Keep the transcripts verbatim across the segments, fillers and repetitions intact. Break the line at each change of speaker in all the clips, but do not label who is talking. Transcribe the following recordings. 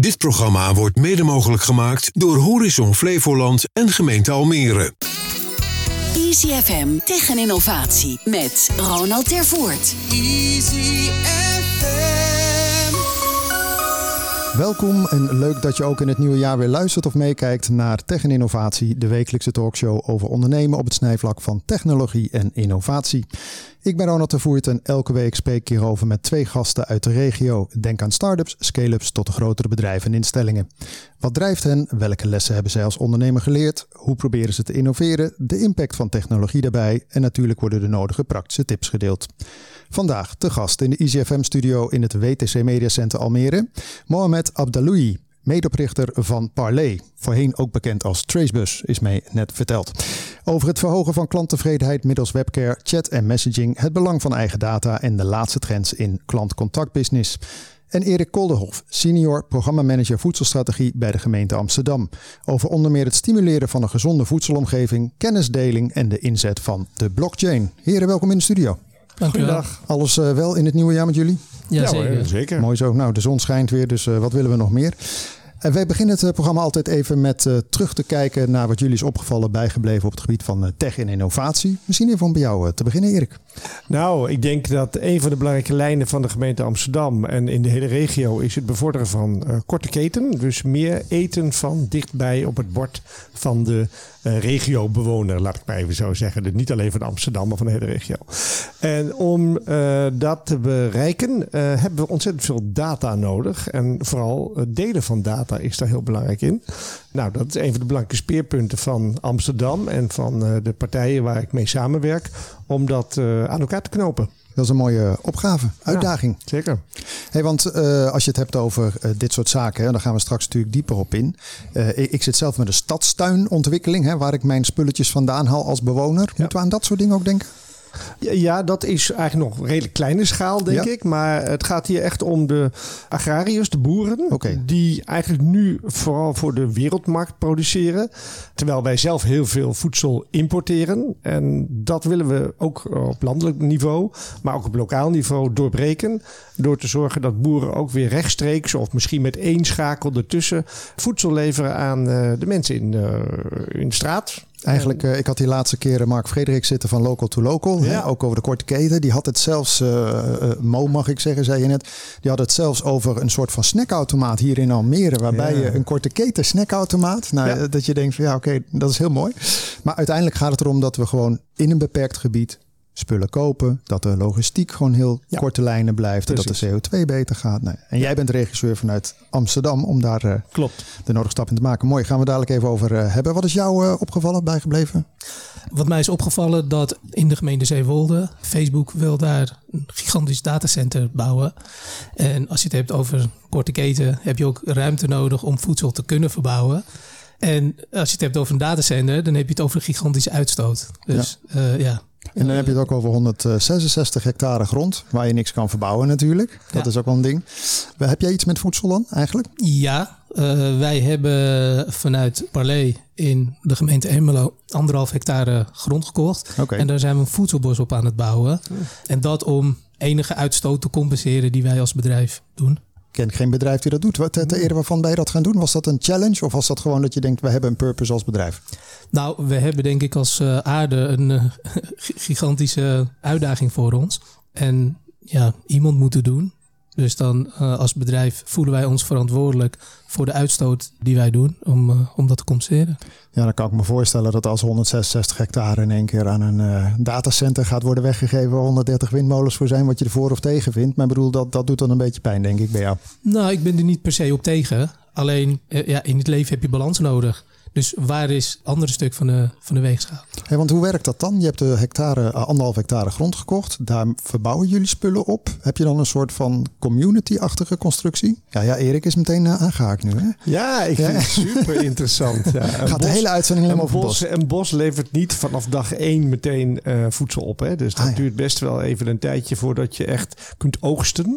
Dit programma wordt mede mogelijk gemaakt door Horizon Flevoland en gemeente Almere.
Easy F M Tech en Innovatie met Ronald Tervoort.
Easy F M.
Welkom en leuk dat je ook in het nieuwe jaar weer luistert of meekijkt naar Tech en Innovatie, de wekelijkse talkshow over ondernemen op het snijvlak van technologie en innovatie. Ik ben Ronald Tervoort en elke week spreek ik hierover met twee gasten uit de regio. Denk aan start-ups, scale-ups tot de grotere bedrijven en instellingen. Wat drijft hen? Welke lessen hebben zij als ondernemer geleerd? Hoe proberen ze te innoveren? De impact van technologie daarbij en natuurlijk worden de nodige praktische tips gedeeld. Vandaag te gast in de Easy F M-studio in het W T C Media Center Almere, Mohamed Abdaloui, medeoprichter van Parley, voorheen ook bekend als Tracebus, is mij net verteld. Over het verhogen van klanttevredenheid middels webcare, chat en messaging, het belang van eigen data en de laatste trends in klantcontactbusiness. En Erik Kolderhof, senior programmamanager voedselstrategie bij de gemeente Amsterdam. Over onder meer het stimuleren van een gezonde voedselomgeving, kennisdeling en de inzet van de blockchain. Heren, welkom in de studio.
Goedendag.
Alles uh, wel in het nieuwe jaar met jullie?
Ja,
ja
zeker.
Hoor, zeker.
Mooi zo. Nou, de zon schijnt weer, dus uh, wat willen we nog meer? Uh, wij beginnen het uh, programma altijd even met uh, terug te kijken naar wat jullie is opgevallen, bijgebleven op het gebied van uh, tech en innovatie. Misschien even om bij jou uh, te beginnen, Erik.
Nou, ik denk dat een van de belangrijke lijnen van de gemeente Amsterdam en in de hele regio is het bevorderen van uh, korte keten. Dus meer eten van dichtbij op het bord van de uh, regiobewoner, laat ik maar even zo zeggen. Dus niet alleen van Amsterdam, maar van de hele regio. En om uh, dat te bereiken uh, hebben we ontzettend veel data nodig. En vooral het delen van data is daar heel belangrijk in. Nou, dat is een van de belangrijke speerpunten van Amsterdam en van uh, de partijen waar ik mee samenwerk, om dat uh, aan elkaar te knopen.
Dat is een mooie opgave, uitdaging.
Ja, zeker.
Hey, want uh, als je het hebt over uh, dit soort zaken, hè, dan gaan we straks natuurlijk dieper op in. Uh, ik, ik zit zelf met een stadstuinontwikkeling, hè, waar ik mijn spulletjes vandaan haal als bewoner. Ja. Moeten we aan dat soort dingen ook denken?
Ja, ja, dat is eigenlijk nog redelijk kleine schaal, denk ja. ik. Maar het gaat hier echt om de agrariërs, de boeren.
Okay.
Die eigenlijk nu vooral voor de wereldmarkt produceren. Terwijl wij zelf heel veel voedsel importeren. En dat willen we ook op landelijk niveau, maar ook op lokaal niveau doorbreken. Door te zorgen dat boeren ook weer rechtstreeks of misschien met één schakel ertussen voedsel leveren aan uh, de mensen in, uh, in de straat.
Eigenlijk, uh, ik had die laatste keer Mark Frederik zitten van Local to Local. Ja. Hè, ook over de korte keten. Die had het zelfs, uh, uh, Mo mag ik zeggen, zei je net. Die had het zelfs over een soort van snackautomaat hier in Almere. Waarbij ja. je een korte keten snackautomaat. Nou, ja. Dat je denkt van ja oké, okay, dat is heel mooi. Maar uiteindelijk gaat het erom dat we gewoon in een beperkt gebied spullen kopen. Dat de logistiek gewoon heel ja. korte lijnen blijft. Precies. Dat de C O twee beter gaat. Nee. En jij bent regisseur vanuit Amsterdam om daar uh,
Klopt.
de nodige stap in te maken. Mooi, gaan we dadelijk even over uh, hebben. Wat is jou uh, opgevallen, bijgebleven?
Wat mij is opgevallen dat in de gemeente Zeewolde, Facebook wil daar een gigantisch datacenter bouwen. En als je het hebt over korte keten, heb je ook ruimte nodig om voedsel te kunnen verbouwen. En als je het hebt over een datacenter, dan heb je het over een gigantische uitstoot. Dus ja. Uh, ja.
En dan heb je het ook over honderdzesenzestig hectare grond, waar je niks kan verbouwen natuurlijk. Dat ja. is ook wel een ding. Heb jij iets met voedsel dan eigenlijk?
Ja, uh, wij hebben vanuit Parley in de gemeente Ermelo anderhalf hectare grond gekocht. Okay. En daar zijn we een voedselbos op aan het bouwen. Hmm. En dat om enige uitstoot te compenseren die wij als bedrijf doen.
Ik ken geen bedrijf die dat doet. Wat te eerder waarvan wij dat gaan doen? Was dat een challenge of was dat gewoon dat je denkt, we hebben een purpose als bedrijf?
Nou, we hebben denk ik als uh, aarde een uh, gigantische uitdaging voor ons. En ja, iemand moet het doen. Dus dan uh, als bedrijf voelen wij ons verantwoordelijk voor de uitstoot die wij doen om, uh, om dat te compenseren.
Ja, dan kan ik me voorstellen dat als honderdzesenzestig hectare in één keer aan een uh, datacenter gaat worden weggegeven, waar honderddertig windmolens voor zijn, wat je ervoor of tegen vindt. Maar ik bedoel, dat, dat doet dan een beetje pijn, denk ik, bij jou.
Nou, ik ben er niet per se op tegen. Alleen, uh, ja, in het leven heb je balans nodig. Dus waar is het andere stuk van de, van de weegschaal?
Hey, want hoe werkt dat dan? Je hebt de hectare, anderhalf hectare grond gekocht. Daar verbouwen jullie spullen op. Heb je dan een soort van community-achtige constructie? Ja, ja, Erik is meteen uh, aangehaakt nu. Hè?
Ja, ik vind ja. het super interessant. Ja,
Gaat bos, de hele uitzending helemaal over bos.
Een bos levert niet vanaf dag één meteen uh, voedsel op. Hè? Dus dat ah, ja. duurt best wel even een tijdje voordat je echt kunt oogsten.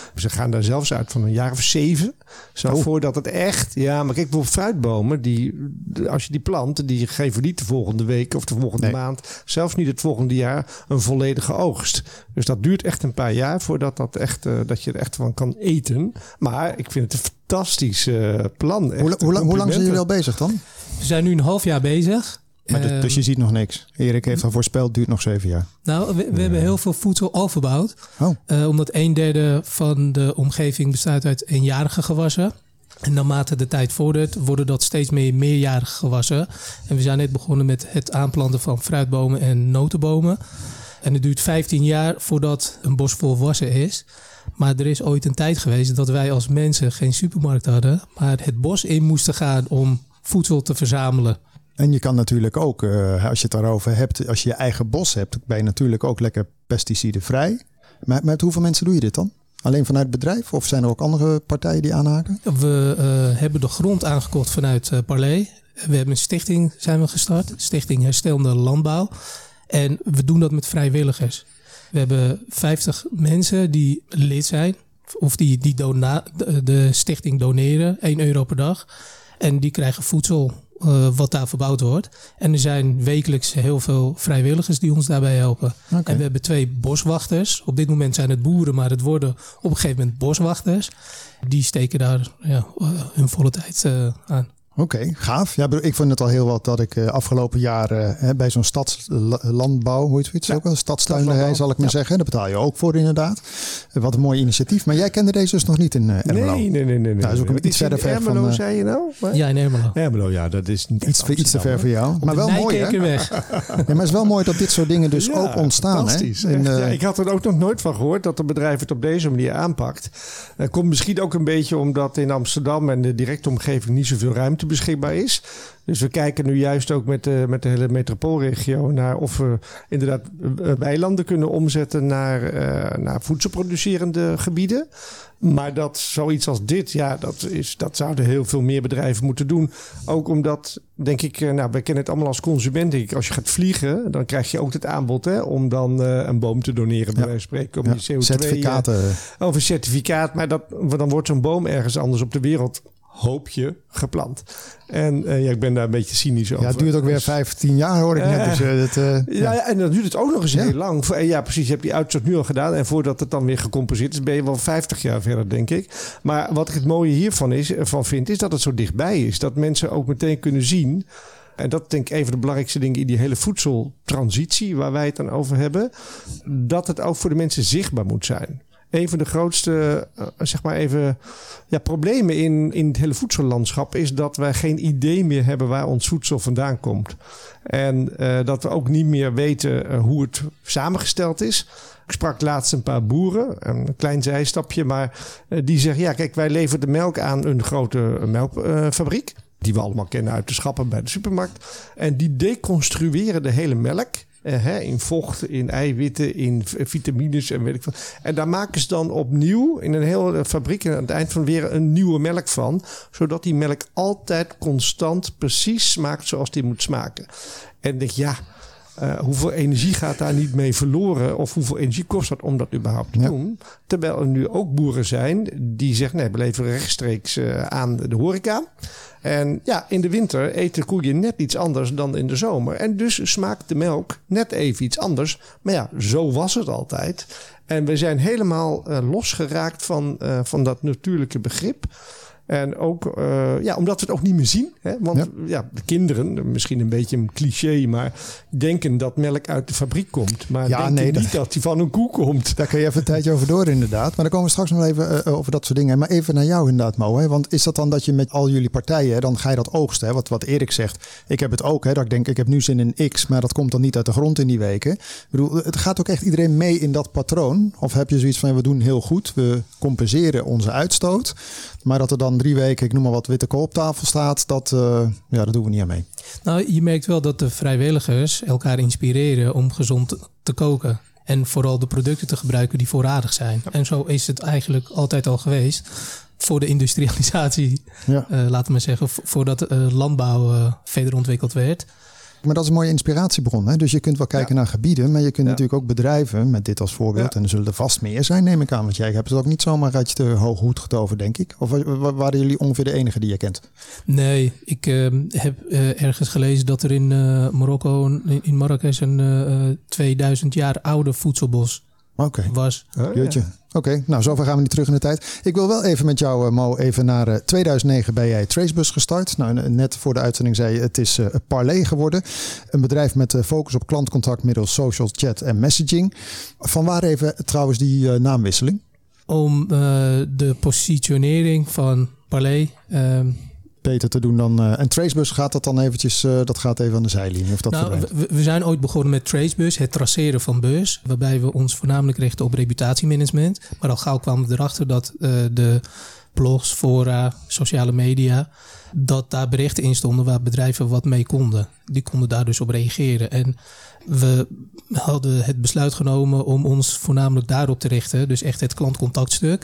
Ze gaan daar zelfs uit van een jaar of zeven. Zo
Oh.
voordat het echt... Ja, maar kijk, bijvoorbeeld fruitbomen, die, als je die plant, die geven niet de volgende week of de volgende
Nee.
maand, zelfs niet het volgende jaar, een volledige oogst. Dus dat duurt echt een paar jaar voordat dat, echt, uh, dat je er echt van kan eten. Maar ik vind het een fantastisch uh, plan. Echt,
Hoe, hoe, lang- hoe lang zijn jullie al
complimenten.
bezig dan?
We zijn nu een half jaar bezig.
Maar dus,
Ehm,
dus je ziet nog niks. Erik heeft al voorspeld, het duurt nog zeven jaar.
Nou, we, we hebben heel veel voedsel al verbouwd.
Oh.
Uh, omdat een derde van de omgeving bestaat uit eenjarige gewassen. En naarmate de tijd vordert, worden dat steeds meer meerjarige gewassen. En we zijn net begonnen met het aanplanten van fruitbomen en notenbomen. En het duurt vijftien jaar voordat een bos volwassen is. Maar er is ooit een tijd geweest dat wij als mensen geen supermarkt hadden, maar het bos in moesten gaan om voedsel te verzamelen.
En je kan natuurlijk ook, uh, als je het daarover hebt, als je je eigen bos hebt, ben je natuurlijk ook lekker pesticidenvrij. Maar met hoeveel mensen doe je dit dan? Alleen vanuit het bedrijf? Of zijn er ook andere partijen die aanhaken?
We uh, hebben de grond aangekocht vanuit uh, Parley. We hebben een stichting zijn we gestart. Stichting Herstellende Landbouw. En we doen dat met vrijwilligers. We hebben vijftig mensen die lid zijn. Of die, die dona- de, de stichting doneren. één euro per dag. En die krijgen voedsel uh, wat daar verbouwd wordt. En er zijn wekelijks heel veel vrijwilligers die ons daarbij helpen.
Okay.
En we hebben twee boswachters. Op dit moment zijn het boeren, maar het worden op een gegeven moment boswachters. Die steken daar ja, uh, hun volle tijd uh, aan.
Oké, okay, gaaf. Ja, ik vond het al heel wat dat ik uh, afgelopen jaar uh, bij zo'n stadslandbouw, hoe heet het ja, ook wel, stadstuinerij zal ik maar ja. zeggen. Daar betaal je ook voor inderdaad. Uh, wat een mooi initiatief. Maar jij kende deze dus nog niet in uh, Ermelo?
Nee, nee, nee. nee,
nou, is ook
nee.
een iets verder ver van...
Ermelo, zei je nou? Maar...
Ja, in Ermelo.
Ermelo, ja, dat is niet
iets, iets te ver voor jou.
Op
maar wel mooi, hè?
weg.
Ja, maar het is wel mooi dat dit soort dingen dus
ja,
ook ontstaan. Hè?
En, uh, ja, ik had er ook nog nooit van gehoord dat een bedrijf het op deze manier aanpakt. Dat komt misschien ook een beetje omdat in Amsterdam en de directe omgeving niet zoveel ruimte beschikbaar is. Dus we kijken nu juist ook met de, met de hele metropoolregio naar of we inderdaad weilanden kunnen omzetten naar, uh, naar voedselproducerende gebieden. Maar dat zoiets als dit, ja, dat, is, dat zouden heel veel meer bedrijven moeten doen. Ook omdat, denk ik, nou, wij kennen het allemaal als consument. Denk ik, als je gaat vliegen, dan krijg je ook het aanbod hè, om dan uh, een boom te doneren, bij wijze van spreken. Om
ja,
die C O twee,
certificaten.
Uh, over certificaat, maar dat, dan wordt zo'n boom ergens anders op de wereld, hoop je, geplant. En uh, ja, ik ben daar een beetje cynisch over.
Ja, het duurt ook weer vijftien jaar, hoor ik net. Dus, uh, dat, uh,
ja,
ja.
ja, en dan duurt het ook nog eens
ja.
heel lang. Ja, precies. Je hebt die uitstoot nu al gedaan. En voordat het dan weer gecompenseerd is, ben je wel vijftig jaar verder, denk ik. Maar wat ik het mooie hiervan is, van vind, is dat het zo dichtbij is. Dat mensen ook meteen kunnen zien. En dat denk ik een van de belangrijkste dingen in die hele voedseltransitie, waar wij het dan over hebben. Dat het ook voor de mensen zichtbaar moet zijn. Een van de grootste uh, zeg maar even, ja, problemen in, in het hele voedsellandschap is dat wij geen idee meer hebben waar ons voedsel vandaan komt. En uh, dat we ook niet meer weten uh, hoe het samengesteld is. Ik sprak laatst een paar boeren, een klein zijstapje, maar uh, die zeggen, ja, kijk, wij leveren de melk aan een grote melkfabriek. Uh, die we allemaal kennen uit de schappen bij de supermarkt. En die deconstrueren de hele melk. Uh, hè, in vocht, in eiwitten, in vitamines en weet ik wat. En daar maken ze dan opnieuw in een hele fabriek aan het eind van weer een nieuwe melk van. Zodat die melk altijd constant precies smaakt zoals die moet smaken. En denk ja, uh, hoeveel energie gaat daar niet mee verloren? Of hoeveel energie kost dat om dat überhaupt te ja. doen? Terwijl er nu ook boeren zijn die zeggen, nee, we leveren rechtstreeks uh, aan de horeca. En ja, in de winter eten koeien net iets anders dan in de zomer. En dus smaakt de melk net even iets anders. Maar ja, zo was het altijd. En we zijn helemaal uh, losgeraakt van, uh, van dat natuurlijke begrip. En ook, uh, ja, omdat we het ook niet meer zien. Hè? Want ja. ja, de kinderen, misschien een beetje een cliché, maar denken dat melk uit de fabriek komt. Maar
ja,
denken
nee,
niet
dat,
dat die van een koe komt.
Daar kun je even een tijdje over door inderdaad. Maar dan komen we straks nog even uh, over dat soort dingen. Maar even naar jou inderdaad, Mo. Hè? Want is dat dan dat je met al jullie partijen, dan ga je dat oogsten? Hè? Wat, wat Erik zegt. Ik heb het ook, hè, dat ik denk, ik heb nu zin in X, maar dat komt dan niet uit de grond in die weken. Ik bedoel, het gaat ook echt iedereen mee in dat patroon? Of heb je zoiets van, we doen heel goed, we compenseren onze uitstoot. Maar dat er dan drie weken, ik noem maar wat, witte kool op tafel staat, dat, uh, ja, dat doen we niet aan mee.
Nou, je merkt wel dat de vrijwilligers elkaar inspireren om gezond te, te koken. En vooral de producten te gebruiken die voorradig zijn. Ja. En zo is het eigenlijk altijd al geweest. Voor de industrialisatie, ja. uh, laten we maar zeggen, voordat uh, landbouw uh, verder ontwikkeld werd.
Maar dat is een mooie inspiratiebron. Hè? Dus je kunt wel kijken ja. naar gebieden, maar je kunt ja. natuurlijk ook bedrijven met dit als voorbeeld. Ja. En er zullen er vast meer zijn, neem ik aan. Want jij hebt het ook niet zomaar uit je hoge hoed getoven, denk ik. Of waren jullie ongeveer de enige die je kent?
Nee, ik uh, heb uh, ergens gelezen dat er in uh, Marokko, in, in Marrakesh een uh, tweeduizend jaar oude voedselbos
okay.
was.
Oh, ja. Oké, okay. Nou zover gaan we niet terug in de tijd. Ik wil wel even met jou, uh, Mo, even naar uh, tweeduizend negen ben jij Tracebus gestart. Nou, net voor de uitzending zei je, het is uh, Parley geworden. Een bedrijf met uh, focus op klantcontact middels social chat en messaging. Vanwaar even trouwens die uh, naamwisseling?
Om uh, de positionering van Parley Uh,
beter te doen dan... Uh, en Tracebus gaat dat dan eventjes... Uh, dat gaat even aan de zijlinie. Of dat
nou, we, we zijn ooit begonnen met Tracebus, het traceren van bus. Waarbij we ons voornamelijk richten op reputatiemanagement. Maar al gauw kwamen we erachter dat uh, de blogs, fora, sociale media... dat daar berichten in stonden waar bedrijven wat mee konden. Die konden daar dus op reageren. En we hadden het besluit genomen om ons voornamelijk daarop te richten. Dus echt het klantcontactstuk.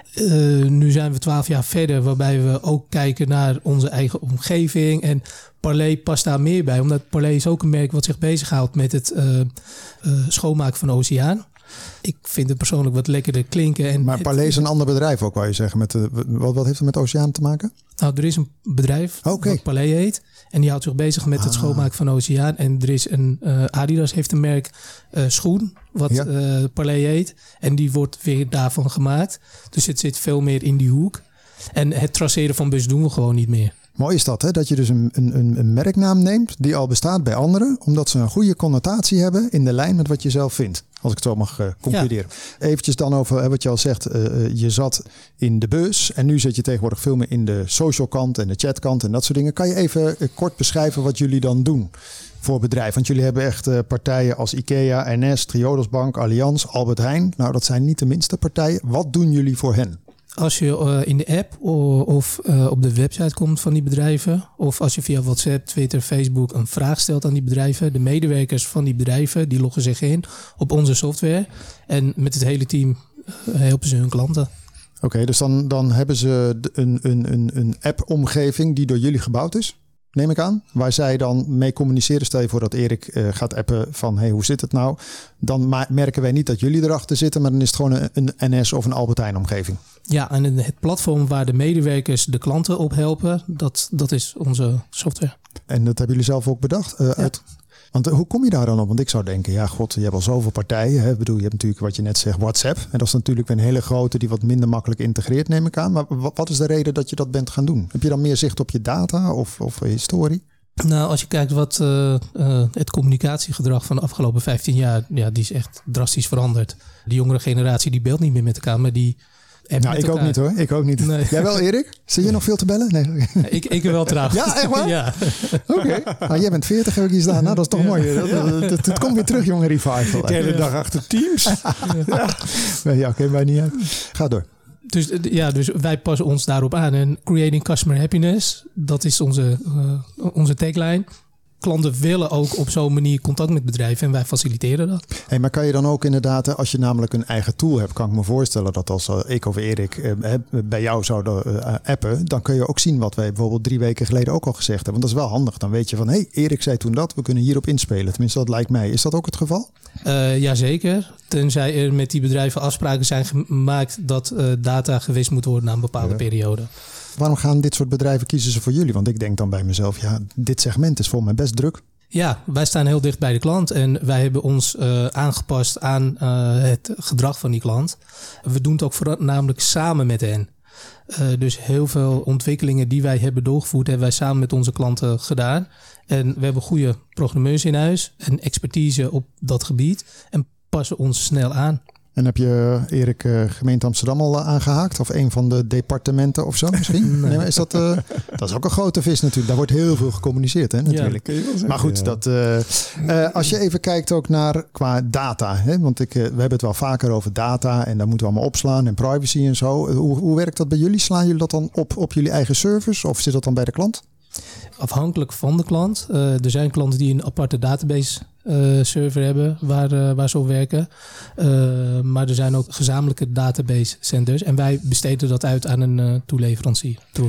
Uh, nu zijn we twaalf jaar verder, waarbij we ook kijken naar onze eigen omgeving. En Parley past daar meer bij, omdat Parley is ook een merk wat zich bezighoudt met het uh, uh, schoonmaken van de oceaan. Ik vind het persoonlijk wat lekkerder klinken. En
maar Parley is een ander bedrijf ook, wou je zeggen. Met de, wat, wat heeft het met de oceaan te maken?
Nou, er is een bedrijf okay. wat Parley heet. En die houdt zich bezig met ah. het schoonmaken van de oceaan. En er is een uh, Adidas heeft een merk uh, schoen, wat ja. uh, Parley heet. En die wordt weer daarvan gemaakt. Dus het zit veel meer in die hoek. En het traceren van bus doen we gewoon niet meer.
Mooi is dat, hè? Dat je dus een, een, een merknaam neemt die al bestaat bij anderen. Omdat ze een goede connotatie hebben in de lijn met wat je zelf vindt. Als ik het zo mag uh, concluderen. Ja. Eventjes dan over hè, wat je al zegt. Uh, je zat in de bus en nu zit je tegenwoordig veel meer in de social kant en de chatkant en dat soort dingen. Kan je even uh, kort beschrijven wat jullie dan doen voor bedrijf? Want jullie hebben echt uh, partijen als IKEA, N S, Triodos Bank, Allianz, Albert Heijn. Nou, dat zijn niet de minste partijen. Wat doen jullie voor hen?
Als je uh, in de app of, of uh, op de website komt van die bedrijven, of als je via WhatsApp, Twitter, Facebook een vraag stelt aan die bedrijven, de medewerkers van die bedrijven die loggen zich in op onze software en met het hele team uh, helpen ze hun klanten.
Oké, okay, dus dan, dan hebben ze een, een, een, een app-omgeving die door jullie gebouwd is, neem ik aan, waar zij dan mee communiceren. Stel je voor dat Erik uh, gaat appen van hey, hoe zit het nou? Dan ma- merken wij niet dat jullie erachter zitten, maar dan is het gewoon een, een N S of een Albert Heijn omgeving.
Ja, en het platform waar de medewerkers de klanten op helpen, dat, dat is onze software.
En dat hebben jullie zelf ook bedacht? Uh, ja. uit, want uh, hoe kom je daar dan op? Want ik zou denken, ja god, je hebt al zoveel partijen. Hè? Ik bedoel, je hebt natuurlijk wat je net zegt, WhatsApp. En dat is natuurlijk een hele grote die wat minder makkelijk integreert, neem ik aan. Maar wat is de reden dat je dat bent gaan doen? Heb je dan meer zicht op je data of, of historie?
Nou, als je kijkt wat uh, uh, het communicatiegedrag van de afgelopen vijftien jaar, ja, die is echt drastisch veranderd. De jongere generatie die belt niet meer met elkaar, maar die
nou, ik elkaar. ook niet hoor. Ik ook niet. Nee. Jij wel, Erik? Zit je nog veel te bellen? Nee.
Ja, ik, ik wel trouwens.
Ja, echt waar?
Ja.
Oké. Okay. Nou, jij bent veertig, heb ik hier staan. Nou, dat is toch ja. mooi. Dat, dat, dat, dat komt weer terug, jonge revival.
De hele dag achter Teams.
ja, ja oké, mij niet uit. Ga door.
Dus, ja, dus wij passen ons daarop aan. En creating customer happiness, dat is onze, uh, onze tagline. Klanten willen ook op zo'n manier contact met bedrijven en wij faciliteren dat.
Hey, maar kan je dan ook inderdaad, als je namelijk een eigen tool hebt, kan ik me voorstellen dat als ik of Erik eh, bij jou zouden uh, appen, dan kun je ook zien wat wij bijvoorbeeld drie weken geleden ook al gezegd hebben. Want dat is wel handig. Dan weet je van, hé, hey, Erik zei toen dat, we kunnen hierop inspelen. Tenminste, dat lijkt mij. Is dat ook het geval?
Uh, Jazeker. Tenzij er met die bedrijven afspraken zijn gemaakt dat uh, data gewist moet worden na een bepaalde ja. periode.
Waarom gaan dit soort bedrijven kiezen ze voor jullie? Want ik denk dan bij mezelf, ja, dit segment is voor mij best druk.
Ja, wij staan heel dicht bij de klant en wij hebben ons uh, aangepast aan uh, het gedrag van die klant. We doen het ook voornamelijk samen met hen. Uh, dus heel veel ontwikkelingen die wij hebben doorgevoerd, hebben wij samen met onze klanten gedaan. En we hebben goede programmeurs in huis en expertise op dat gebied en passen ons snel aan.
En heb je, Erik, uh, gemeente Amsterdam al uh, aangehaakt? Of een van de departementen of zo misschien? Nee, is dat, uh, dat is ook een grote vis natuurlijk. Daar wordt heel veel gecommuniceerd, hè, natuurlijk. Ja, maar goed, ja. dat, uh, uh, als je even kijkt ook naar qua data. Hè, want ik, uh, we hebben het wel vaker over data en daar moeten we allemaal opslaan en privacy en zo. Hoe, hoe werkt dat bij jullie? Slaan jullie dat dan op op jullie eigen servers of zit dat dan bij de klant?
Afhankelijk van de klant. Uh, er zijn klanten die een aparte database uh, server hebben waar, uh, waar ze op werken. Uh, maar er zijn ook gezamenlijke database centers. En wij besteden dat uit aan een uh, toeleverancier. Toe.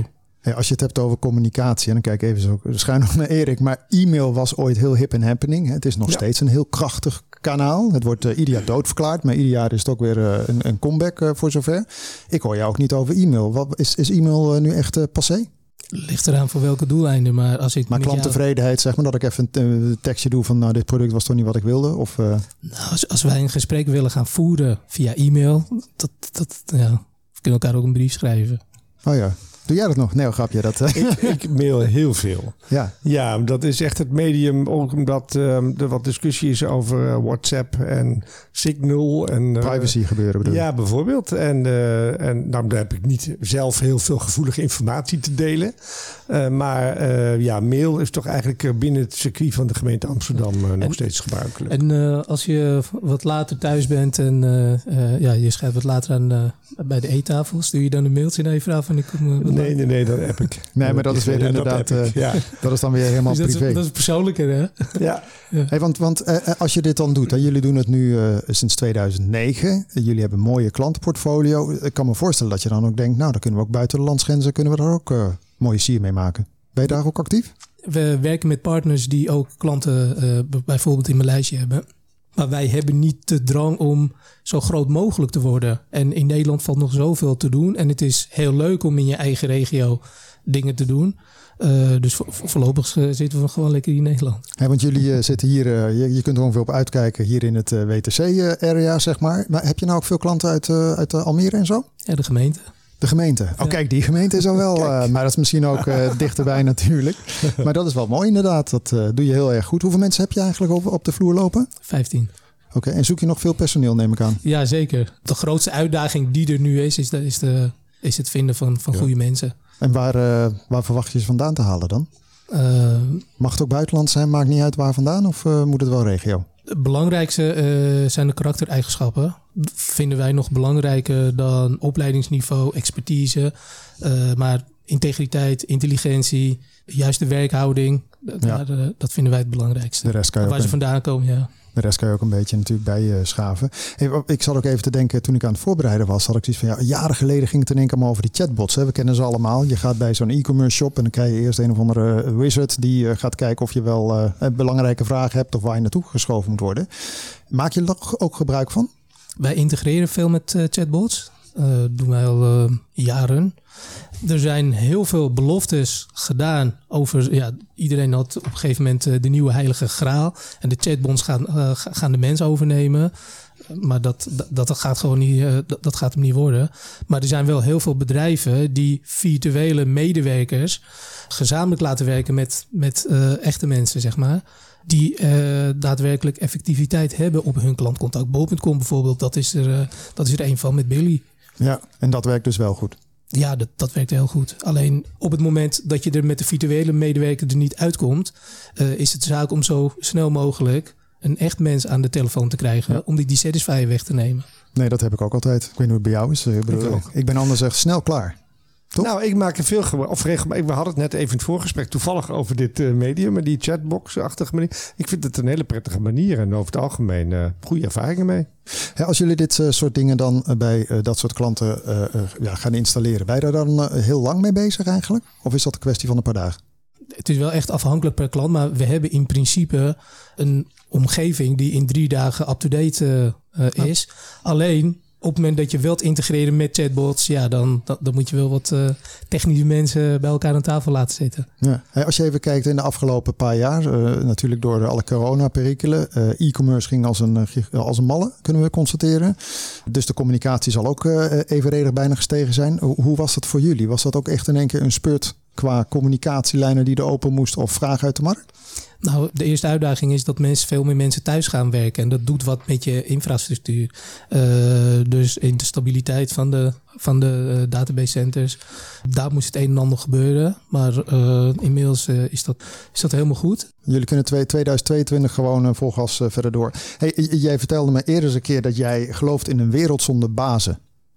Hey, als je het hebt over communicatie, en dan kijk ik even zo schuin nog naar Erik, maar e-mail was ooit heel hip en happening. Het is nog ja. steeds een heel krachtig kanaal. Het wordt uh, ieder jaar doodverklaard, maar ieder jaar is het ook weer uh, een, een comeback uh, voor zover. Ik hoor jou ook niet over e-mail. Wat, is, is e-mail uh, nu echt uh, passé?
Ligt eraan voor welke doeleinden. Maar, als ik
maar klanttevredenheid, zeg maar, dat ik even een uh, tekstje doe van nou, dit product was toch niet wat ik wilde? Of, uh...
nou, als, als wij een gesprek willen gaan voeren via e-mail, dat, dat, ja, we kunnen elkaar ook een brief schrijven.
Oh ja. Doe jij dat nog? Nee, grapje. Dat, uh...
ik, ik mail heel veel.
Ja.
ja, dat is echt het medium. Ook omdat um, er wat discussie is over uh, WhatsApp en Signal. En, uh,
privacy gebeuren bedoel je?
Ja, bijvoorbeeld. En, uh, en nou, daar heb ik niet zelf heel veel gevoelige informatie te delen. Uh, maar uh, ja, mail is toch eigenlijk binnen het circuit van de gemeente Amsterdam uh, nog en, steeds gebruikelijk.
En uh, als je wat later thuis bent en uh, uh, ja, je schrijft wat later aan uh, bij de eettafel, stuur je dan een mailtje naar je vrouw van ik kom uh,
Nee, nee, nee, dat heb ik.
Nee, maar dat is weer ja, inderdaad, dat, uh, ja. dat is dan weer helemaal
dus dat
privé.
Is, dat is persoonlijker, hè?
Ja.
ja.
Hey, want want uh, als je dit dan doet, hè, jullie doen het nu uh, sinds tweeduizend negen. Jullie hebben een mooie klantenportfolio. Ik kan me voorstellen dat je dan ook denkt, nou, dan kunnen we ook buiten de landsgrenzen, kunnen we daar ook uh, mooie sier mee maken. Ben je daar ook actief?
We werken met partners die ook klanten uh, bijvoorbeeld in mijn lijstje hebben. Maar wij hebben niet de drang om zo groot mogelijk te worden. En in Nederland valt nog zoveel te doen. En het is heel leuk om in je eigen regio dingen te doen. Uh, dus vo- voorlopig uh, zitten we gewoon lekker in Nederland.
Ja, want jullie uh, zitten hier, uh, je, je kunt er ongeveer op uitkijken hier in het uh, W T C-area, uh, zeg maar. Maar heb je nou ook veel klanten uit, uh, uit uh, Almere en zo?
Ja, de gemeente.
De gemeente. Oh, ja. Kijk, die gemeente is al wel. Uh, maar dat is misschien ook uh, dichterbij natuurlijk. Maar dat is wel mooi inderdaad. Dat uh, doe je heel erg goed. Hoeveel mensen heb je eigenlijk op, op de vloer lopen?
Vijftien.
Oké, okay, en zoek je nog veel personeel, neem ik aan?
Ja, zeker. De grootste uitdaging die er nu is, is, de, is, de, is het vinden van, van ja. goede mensen.
En waar, uh, waar verwacht je ze vandaan te halen dan?
Uh,
Mag het ook buitenland zijn? Maakt niet uit waar vandaan? Of uh, moet het wel regio?
Het belangrijkste uh, zijn de karaktereigenschappen. Vinden wij nog belangrijker dan opleidingsniveau, expertise. Uh, maar integriteit, intelligentie, juiste werkhouding. Ja. Daar, uh, dat vinden wij het belangrijkste.
De rest kan je
waar
ook
ze vandaan komen, ja.
De rest kan je ook een beetje natuurlijk bij uh, schaven. Hey, ik zat ook even te denken, toen ik aan het voorbereiden was, had ik zoiets van, ja, jaren geleden ging het in één keer allemaal over die chatbots. Hè. We kennen ze allemaal. Je gaat bij zo'n e-commerce shop en dan krijg je eerst een of andere wizard die uh, gaat kijken of je wel uh, belangrijke vragen hebt of waar je naartoe geschoven moet worden. Maak je er ook gebruik van?
Wij integreren veel met uh, chatbots. Dat uh, doen wij al uh, jaren. Er zijn heel veel beloftes gedaan over... Ja, iedereen had op een gegeven moment uh, de nieuwe heilige graal. En de chatbots gaan, uh, gaan de mens overnemen. Maar dat, dat, dat, gaat gewoon niet, uh, dat, dat gaat hem niet worden. Maar er zijn wel heel veel bedrijven die virtuele medewerkers gezamenlijk laten werken met, met uh, echte mensen, zeg maar. Die uh, daadwerkelijk effectiviteit hebben op hun klantcontact. bol punt com bijvoorbeeld, dat is, er, uh, dat is er een van met Billy.
Ja, en dat werkt dus wel goed.
Ja, dat, dat werkt heel goed. Alleen op het moment dat je er met de virtuele medewerker er niet uitkomt, uh, is het zaak om zo snel mogelijk een echt mens aan de telefoon te krijgen, ja, om die dissatisfier weg te nemen.
Nee, dat heb ik ook altijd. Ik weet niet hoe het bij jou is. Ik, bedoel, ik, ik ben anders echt snel klaar. Toch?
Nou, ik maak er veel gebruik. Of regelmatig. We hadden het net even in het voorgesprek toevallig over dit uh, medium, maar die chatbox-achtige manier. Ik vind het een hele prettige manier en over het algemeen uh, goede ervaringen mee.
Ja, als jullie dit uh, soort dingen dan uh, bij uh, dat soort klanten uh, uh, ja, gaan installeren, ben je daar dan uh, heel lang mee bezig eigenlijk? Of is dat een kwestie van een paar dagen?
Het is wel echt afhankelijk per klant, maar we hebben in principe een omgeving die in drie dagen up-to-date uh, uh, is. Ja. Alleen op het moment dat je wilt integreren met chatbots, ja, dan, dan, dan moet je wel wat uh, technische mensen bij elkaar aan tafel laten zitten.
Ja. Hey, als je even kijkt in de afgelopen paar jaar, uh, natuurlijk door alle corona-perikelen, uh, e-commerce ging als een, uh, als een malle, kunnen we constateren. Dus de communicatie zal ook uh, evenredig bijna gestegen zijn. Hoe, hoe was dat voor jullie? Was dat ook echt in één keer een spurt qua communicatielijnen die er open moesten of vragen uit de markt?
Nou, de eerste uitdaging is dat mensen, veel meer mensen thuis gaan werken. En dat doet wat met je infrastructuur. Uh, dus in de stabiliteit van de, van de uh, database centers. Daar moest het een en ander gebeuren. Maar uh, inmiddels uh, is, dat, is dat helemaal goed.
Jullie kunnen tweeduizend tweeëntwintig gewoon uh, vol gas uh, verder door. Hey, j- jij vertelde me eerder eens een keer dat jij gelooft in een wereld zonder bazen.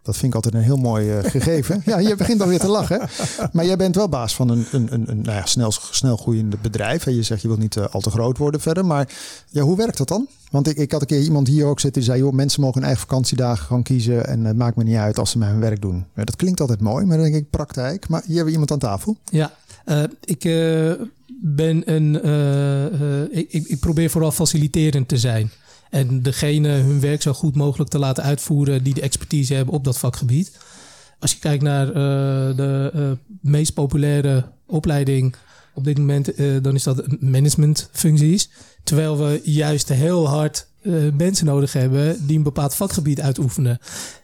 Dat vind ik altijd een heel mooi uh, gegeven. Ja, je begint alweer te lachen. Maar jij bent wel baas van een, een, een, een nou ja, snel, snel groeiend bedrijf. En je zegt je wilt niet uh, al te groot worden verder. Maar ja, hoe werkt dat dan? Want ik, ik had een keer iemand hier ook zitten die zei... joh, mensen mogen hun eigen vakantiedagen gaan kiezen... en het maakt me niet uit als ze mijn werk doen. Ja, dat klinkt altijd mooi, maar dan denk ik praktijk. Maar hier hebben we iemand aan tafel.
Ja, uh, ik uh, ben een... Uh, uh, ik, ik probeer vooral faciliterend te zijn. En degene hun werk zo goed mogelijk te laten uitvoeren... die de expertise hebben op dat vakgebied. Als je kijkt naar uh, de uh, meest populaire opleiding... op dit moment, uh, dan is dat managementfuncties. Terwijl we juist heel hard uh, mensen nodig hebben... die een bepaald vakgebied uitoefenen.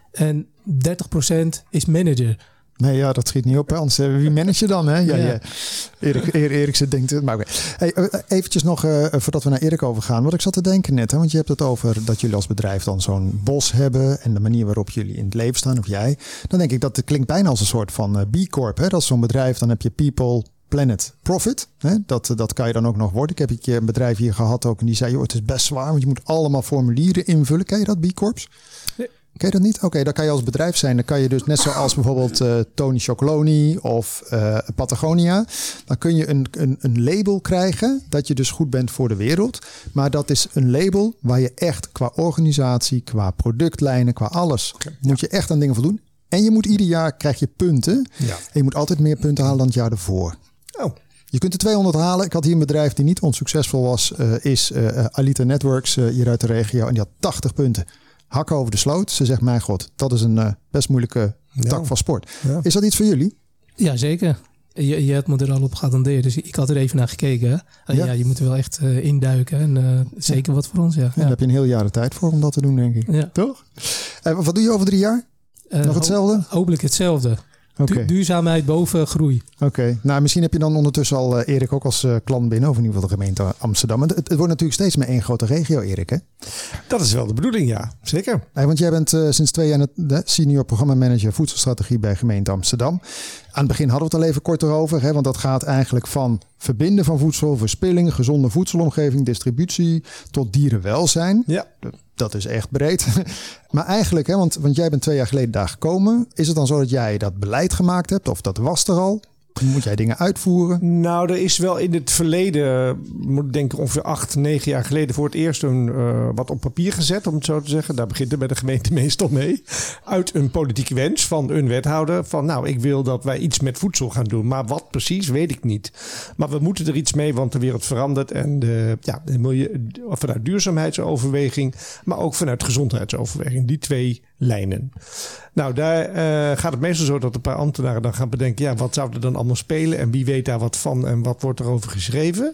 En dertig procent is manager.
Nee, ja, dat schiet niet op. Hè? Anders, uh, wie manage je dan? Hè? Ja, ja. Ja. Erik, Erik Eriksen denkt het. Maar okay. Hey, uh, eventjes nog, uh, voordat we naar Erik overgaan. Wat ik zat te denken net. Hè? Want je hebt het over dat jullie als bedrijf dan zo'n bos hebben. En de manier waarop jullie in het leven staan, of jij. Dan denk ik dat het klinkt bijna als een soort van uh, B Corp. Hè? Dat is zo'n bedrijf, dan heb je people... Planet Profit. Hè? Dat, dat kan je dan ook nog worden. Ik heb een keer een bedrijf hier gehad ook. En die zei, joh, het is best zwaar. Want je moet allemaal formulieren invullen. Ken je dat, B Corps? Nee. Ken je dat niet? Oké, okay, dan kan je als bedrijf zijn. Dan kan je dus net zoals bijvoorbeeld uh, Tony Chocoloni of uh, Patagonia. Dan kun je een, een, een label krijgen. Dat je dus goed bent voor de wereld. Maar dat is een label waar je echt qua organisatie, qua productlijnen, qua alles. Okay, moet ja. je echt aan dingen voldoen. En je moet ieder jaar krijg je punten. Ja. En je moet altijd meer punten halen dan het jaar ervoor. Oh. Je kunt er tweehonderd halen. Ik had hier een bedrijf die niet onsuccesvol was. Uh, is uh, Alita Networks uh, hier uit de regio. En die had tachtig punten. Hakken over de sloot. Ze zegt, mijn god, dat is een uh, best moeilijke ja. tak van sport. Ja. Is dat iets voor jullie?
Ja, zeker. Je, je hebt me er al op geattendeerd. Dus ik had er even naar gekeken. Uh, ja. ja, je moet er wel echt uh, induiken. En uh, zeker ja. wat voor ons. Ja. Ja,
daar heb je een heel jaar de tijd voor om dat te doen, denk ik. Ja. Toch? Uh, wat doe je over drie jaar? Uh, Nog hetzelfde?
Hopelijk hetzelfde. Okay. Du- duurzaamheid boven groei.
Oké, okay. Nou misschien heb je dan ondertussen al uh, Erik ook als uh, klant binnen, of in ieder geval de gemeente Amsterdam. Het, het wordt natuurlijk steeds meer één grote regio, Erik, hè?
Dat is wel de bedoeling, ja. Zeker.
Hey, want jij bent uh, sinds twee jaar de senior programmamanager voedselstrategie bij gemeente Amsterdam. Aan het begin hadden we het al even kort erover, hè, want dat gaat eigenlijk van verbinden van voedsel, verspilling, gezonde voedselomgeving, distributie tot dierenwelzijn. Ja. Dat is echt breed. Maar eigenlijk, hè, want, want jij bent twee jaar geleden daar gekomen. Is het dan zo dat jij dat beleid gemaakt hebt? Of dat was er al? Moet jij dingen uitvoeren?
Nou, er is wel in het verleden, moet ik denken ongeveer acht, negen jaar geleden voor het eerst een, uh, wat op papier gezet, om het zo te zeggen. Daar begint het bij de gemeente meestal mee. Uit een politieke wens van een wethouder. Van nou, ik wil dat wij iets met voedsel gaan doen. Maar wat precies, weet ik niet. Maar we moeten er iets mee, want de wereld verandert. En de, ja, de milieu, vanuit duurzaamheidsoverweging, maar ook vanuit gezondheidsoverweging. Die twee lijnen. Nou, daar uh, gaat het meestal zo dat een paar ambtenaren dan gaan bedenken, ja, wat zou er dan allemaal spelen en wie weet daar wat van en wat wordt er over geschreven?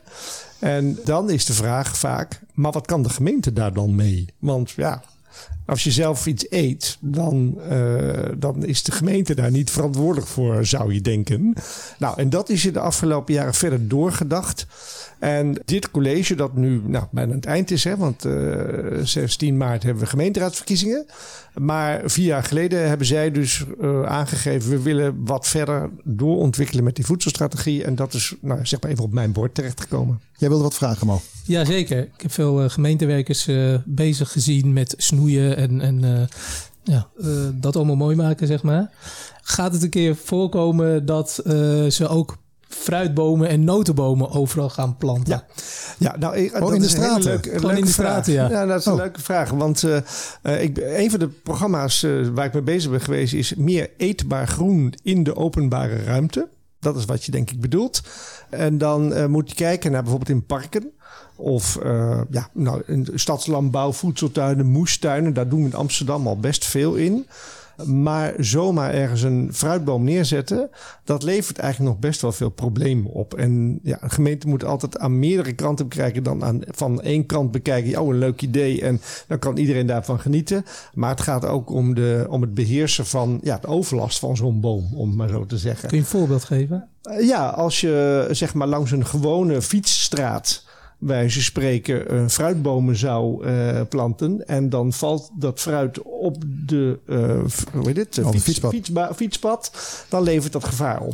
En dan is de vraag vaak, maar wat kan de gemeente daar dan mee? Want ja, als je zelf iets eet, dan, uh, dan is de gemeente daar niet verantwoordelijk voor, zou je denken. Nou, en dat is in de afgelopen jaren verder doorgedacht. En dit college dat nu nou, bijna aan het eind is, hè, want uh, zestien maart hebben we gemeenteraadsverkiezingen. Maar vier jaar geleden hebben zij dus uh, aangegeven, we willen wat verder doorontwikkelen met die voedselstrategie. En dat is, nou, zeg maar even op mijn bord terechtgekomen.
Jij wilde wat vragen, Mo?
Jazeker. Ik heb veel uh, gemeentewerkers uh, bezig gezien met snoeien en, en uh, ja, uh, dat allemaal mooi maken, zeg maar. Gaat het een keer voorkomen dat uh, ze ook fruitbomen en notenbomen overal gaan planten?
Ja, ja nou, ik,
oh,
dat
in de
is
straten?
een leuke,
Gewoon
leuke
in de
vraag.
straten, ja.
Ja, dat is een
oh.
leuke vraag. Want uh, uh, ik, een van de programma's uh, waar ik mee bezig ben geweest is meer eetbaar groen in de openbare ruimte. Dat is wat je denk ik bedoelt. En dan uh, moet je kijken naar bijvoorbeeld in parken. Of uh, ja, nou, in stadslandbouw, voedseltuinen, moestuinen. Daar doen we in Amsterdam al best veel in. Maar zomaar ergens een fruitboom neerzetten, dat levert eigenlijk nog best wel veel problemen op. En ja, een gemeente moet altijd aan meerdere kanten bekijken dan aan van één kant bekijken. Oh, een leuk idee en dan kan iedereen daarvan genieten. Maar het gaat ook om, de, om het beheersen van ja, de overlast van zo'n boom, om het maar zo te zeggen.
Kun je een voorbeeld geven?
Uh, ja, als je zeg maar langs een gewone fietsstraat, bij ze spreken, uh, fruitbomen zou uh, planten. En dan valt dat fruit op de, uh, hoe heet het?
Op
Fiets,
fietspad.
Fietsba, fietspad. Dan levert dat gevaar op.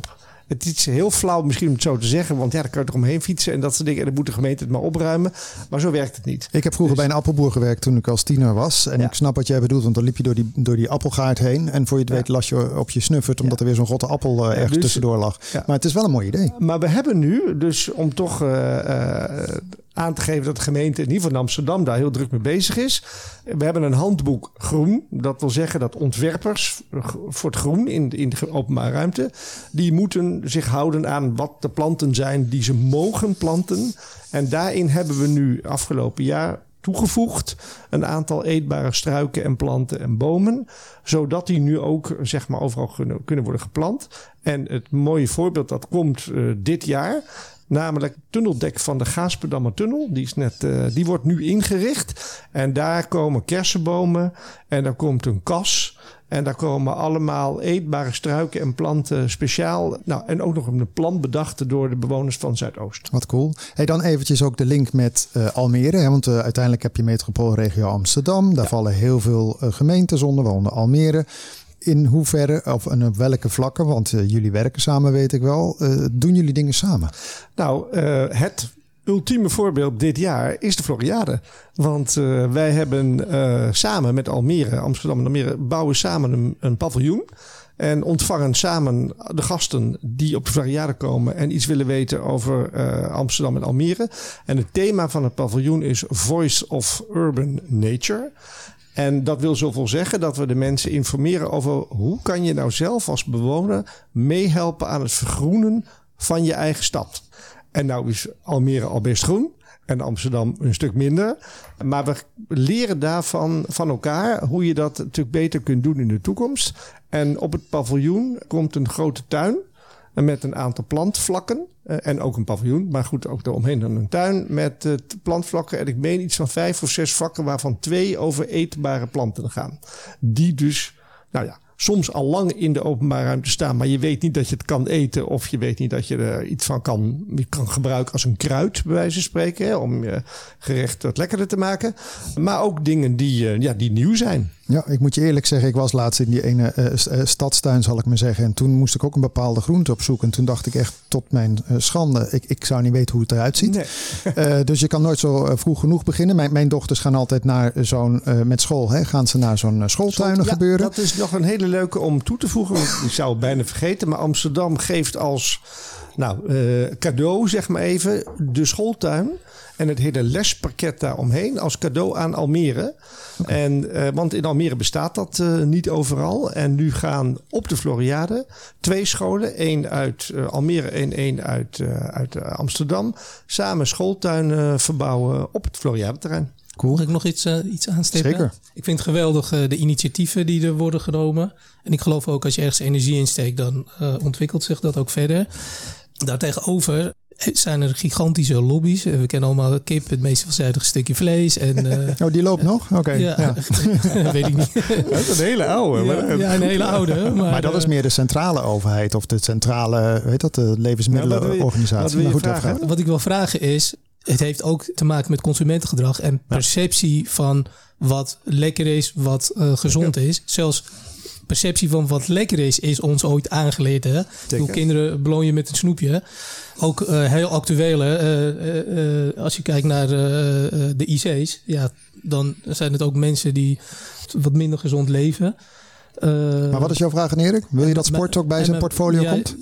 Het is heel flauw misschien om het zo te zeggen. Want ja, dan kan je er omheen fietsen en dat soort dingen. En dan moet de gemeente het maar opruimen. Maar zo werkt het niet.
Ik heb vroeger dus bij een appelboer gewerkt toen ik als tiener was. En ja. ik snap wat jij bedoelt. Want dan liep je door die, door die appelgaard heen. En voor je het weet ja. las je op je snuffert. Omdat ja. er weer zo'n rotte appel uh, ergens dus, tussendoor lag. Ja. Maar het is wel een mooi idee.
Maar we hebben nu, dus om toch uh, uh, aan te geven dat de gemeente in ieder geval in Amsterdam daar heel druk mee bezig is. We hebben een handboek groen. Dat wil zeggen dat ontwerpers voor het groen in, in de openbare ruimte, die moeten zich houden aan wat de planten zijn die ze mogen planten. En daarin hebben we nu afgelopen jaar toegevoegd een aantal eetbare struiken en planten en bomen, zodat die nu ook zeg maar overal kunnen, kunnen worden geplant. En het mooie voorbeeld dat komt uh, dit jaar, namelijk het tunneldek van de Gaasperdammer tunnel. Die, is net, uh, die wordt nu ingericht. En daar komen kersenbomen en daar komt een kas. En daar komen allemaal eetbare struiken en planten speciaal. Nou, en ook nog een plan bedacht door de bewoners van Zuidoost.
Wat cool. Hey, dan eventjes ook de link met uh, Almere. Hè? Want uh, uiteindelijk heb je metropoolregio Amsterdam. Daar ja. vallen heel veel uh, gemeentes onder, waaronder Almere. In hoeverre of en op welke vlakken, want uh, jullie werken samen, weet ik wel. Uh, doen jullie dingen samen?
Nou, uh, het ultieme voorbeeld dit jaar is de Floriade. Want uh, wij hebben uh, samen met Almere, Amsterdam en Almere, bouwen samen een, een paviljoen. En ontvangen samen de gasten die op de Floriade komen en iets willen weten over uh, Amsterdam en Almere. En het thema van het paviljoen is Voice of Urban Nature. En dat wil zoveel zeggen dat we de mensen informeren over hoe kan je nou zelf als bewoner meehelpen aan het vergroenen van je eigen stad. En nou is Almere al best groen en Amsterdam een stuk minder. Maar we leren daarvan van elkaar hoe je dat natuurlijk beter kunt doen in de toekomst. En op het paviljoen komt een grote tuin met een aantal plantvlakken. En ook een paviljoen, maar goed, ook daaromheen dan een tuin met uh, plantvlakken. En ik meen iets van vijf of zes vakken waarvan twee over eetbare planten gaan. Die dus, nou ja, soms al lang in de openbare ruimte staan, maar je weet niet dat je het kan eten of je weet niet dat je er iets van kan, je kan gebruiken als een kruid, bij wijze van spreken, hè, om je gerecht wat lekkerder te maken. Maar ook dingen die, uh, ja, die nieuw zijn.
Ja, ik moet je eerlijk zeggen, ik was laatst in die ene uh, stadstuin, zal ik maar zeggen. En toen moest ik ook een bepaalde groente opzoeken. En toen dacht ik echt tot mijn uh, schande, ik, ik zou niet weten hoe het eruit ziet. Nee. uh, dus je kan nooit zo uh, vroeg genoeg beginnen. Mijn, mijn dochters gaan altijd naar zo'n, uh, met school, hè, gaan ze naar zo'n uh, schooltuinen
ja,
gebeuren.
Dat is nog een hele leuke om toe te voegen. Ik zou het bijna vergeten, maar Amsterdam geeft als nou, uh, cadeau, zeg maar even, de schooltuin en het hele lespakket daaromheen als cadeau aan Almere. Okay. En, uh, want in Almere bestaat dat uh, niet overal. En nu gaan op de Floriade twee scholen, één uit uh, Almere en één uit, uh, uit uh, Amsterdam, samen schooltuinen uh, verbouwen op het Floriade-terrein.
Cool. Mag ik nog iets, uh, iets aanstippen?
Zeker.
Ik vind het geweldig uh, de initiatieven die er worden genomen. En ik geloof ook als je ergens energie insteekt, dan uh, ontwikkelt zich dat ook verder. Daartegenover zijn er gigantische lobby's. We kennen allemaal kip, het meest veelzijdige stukje vlees. En, uh,
oh, die loopt nog? Oké. Okay.
Ja, ja. Weet ik niet.
Dat is een hele oude.
Ja, maar, ja een hele oude. Maar,
maar dat is meer de centrale overheid of de centrale, weet dat, de levensmiddelorganisatie.
Ja,
wat,
wat,
goed, wat ik wil vragen is, het heeft ook te maken met consumentengedrag en perceptie ja. van wat lekker is, wat uh, gezond ja. is. Zelfs perceptie van wat lekker is, is ons ooit aangeleerd. Hè? Hoe kinderen beloon je met een snoepje. Ook uh, heel actueel. Hè? Uh, uh, uh, als je kijkt naar uh, uh, de I C's, ja, dan zijn het ook mensen die wat minder gezond leven.
Uh, maar wat is jouw vraag aan Erik? Wil je dat sport ook bij zijn
maar,
portfolio
ja,
komt?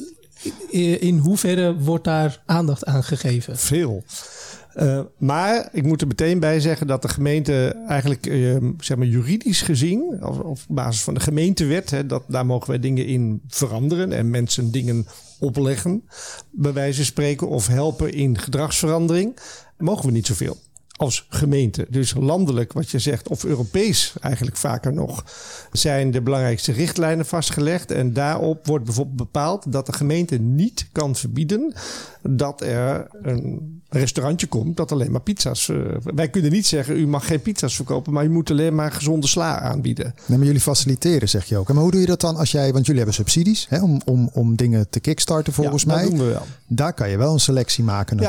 In hoeverre wordt daar aandacht aan gegeven?
Veel. Uh, maar ik moet er meteen bij zeggen dat de gemeente eigenlijk uh, zeg maar juridisch gezien, of op basis van de gemeentewet, hè, dat daar mogen wij dingen in veranderen en mensen dingen opleggen, bij wijze van spreken, of helpen in gedragsverandering, mogen we niet zoveel als gemeente. Dus landelijk, wat je zegt, of Europees eigenlijk vaker nog, zijn de belangrijkste richtlijnen vastgelegd. En daarop wordt bijvoorbeeld bepaald dat de gemeente niet kan verbieden dat er een restaurantje komt dat alleen maar pizza's. Uh, wij kunnen niet zeggen, u mag geen pizza's verkopen, maar u moet alleen maar gezonde sla aanbieden.
Nee, maar jullie faciliteren, zeg je ook. Maar hoe doe je dat dan als jij, want jullie hebben subsidies hè, om, om, om dingen te kickstarten volgens
ja,
mij.
Dat doen we wel.
Daar kan je wel een selectie maken natuurlijk.
Ja.